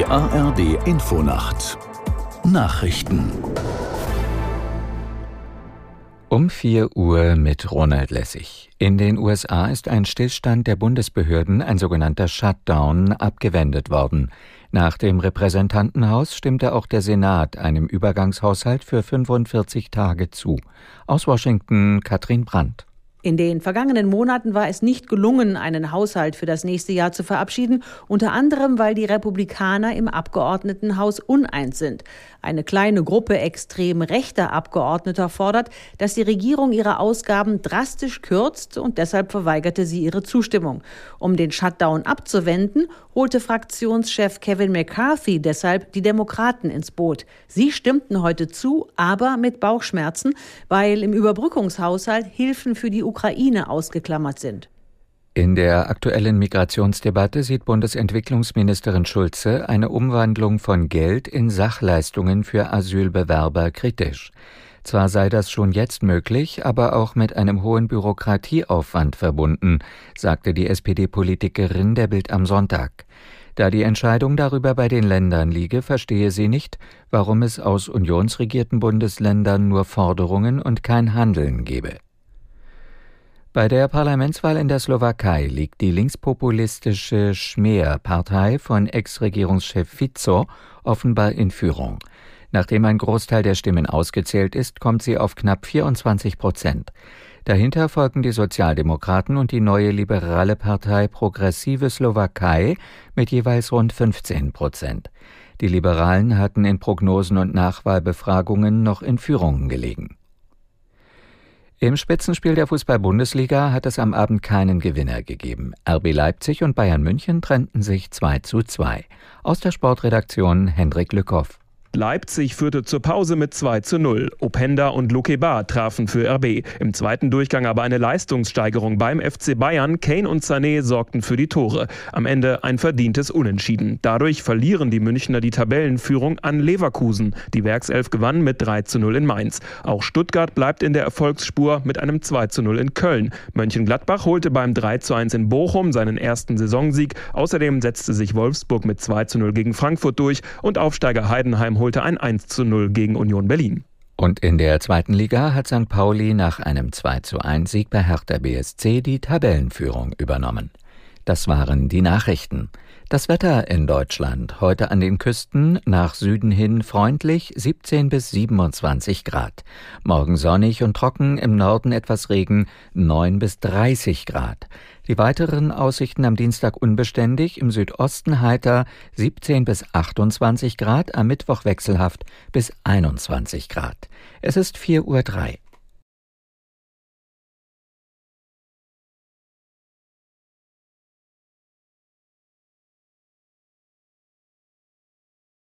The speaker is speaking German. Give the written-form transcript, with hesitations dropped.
Die ARD Infonacht Nachrichten Um 4 Uhr mit Ronald Lessig. In den USA ist ein Stillstand der Bundesbehörden, ein sogenannter Shutdown, abgewendet worden. Nach dem Repräsentantenhaus stimmte auch der Senat einem Übergangshaushalt für 45 Tage zu. Aus Washington Katrin Brandt. In den vergangenen Monaten war es nicht gelungen, einen Haushalt für das nächste Jahr zu verabschieden, unter anderem, weil die Republikaner im Abgeordnetenhaus uneins sind. Eine kleine Gruppe extrem rechter Abgeordneter fordert, dass die Regierung ihre Ausgaben drastisch kürzt, und deshalb verweigerte sie ihre Zustimmung. Um den Shutdown abzuwenden, holte Fraktionschef Kevin McCarthy deshalb die Demokraten ins Boot. Sie stimmten heute zu, aber mit Bauchschmerzen, weil im Überbrückungshaushalt Hilfen für die Ukraine ausgeklammert sind. In der aktuellen Migrationsdebatte sieht Bundesentwicklungsministerin Schulze eine Umwandlung von Geld in Sachleistungen für Asylbewerber kritisch. Zwar sei das schon jetzt möglich, aber auch mit einem hohen Bürokratieaufwand verbunden, sagte die SPD-Politikerin der Bild am Sonntag. Da die Entscheidung darüber bei den Ländern liege, verstehe sie nicht, warum es aus unionsregierten Bundesländern nur Forderungen und kein Handeln gebe. Bei der Parlamentswahl in der Slowakei liegt die linkspopulistische Smer-Partei von Ex-Regierungschef Fico offenbar in Führung. Nachdem ein Großteil der Stimmen ausgezählt ist, kommt sie auf knapp 24%. Dahinter folgen die Sozialdemokraten und die neue liberale Partei Progressive Slowakei mit jeweils rund 15%. Die Liberalen hatten in Prognosen und Nachwahlbefragungen noch in Führung gelegen. Im Spitzenspiel der Fußball-Bundesliga hat es am Abend keinen Gewinner gegeben. RB Leipzig und Bayern München trennten sich 2:2. Aus der Sportredaktion Hendrik Lückhoff. Leipzig führte zur Pause mit 2:0. Openda und Lukeba trafen für RB. Im zweiten Durchgang aber eine Leistungssteigerung beim FC Bayern. Kane und Sané sorgten für die Tore. Am Ende ein verdientes Unentschieden. Dadurch verlieren die Münchner die Tabellenführung an Leverkusen. Die Werkself gewann mit 3:0 in Mainz. Auch Stuttgart bleibt in der Erfolgsspur mit einem 2:0 in Köln. Mönchengladbach holte beim 3:1 in Bochum seinen ersten Saisonsieg. Außerdem setzte sich Wolfsburg mit 2:0 gegen Frankfurt durch und Aufsteiger Heidenheim holte ein 1:0 gegen Union Berlin. Und in der zweiten Liga hat St. Pauli nach einem 2:1 Sieg bei Hertha BSC die Tabellenführung übernommen. Das waren die Nachrichten. Das Wetter in Deutschland. Heute an den Küsten, nach Süden hin freundlich, 17 bis 27 Grad. Morgen sonnig und trocken, im Norden etwas Regen, 9 bis 30 Grad. Die weiteren Aussichten am Dienstag unbeständig, im Südosten heiter, 17 bis 28 Grad, am Mittwoch wechselhaft bis 21 Grad. Es ist 4:03 Uhr.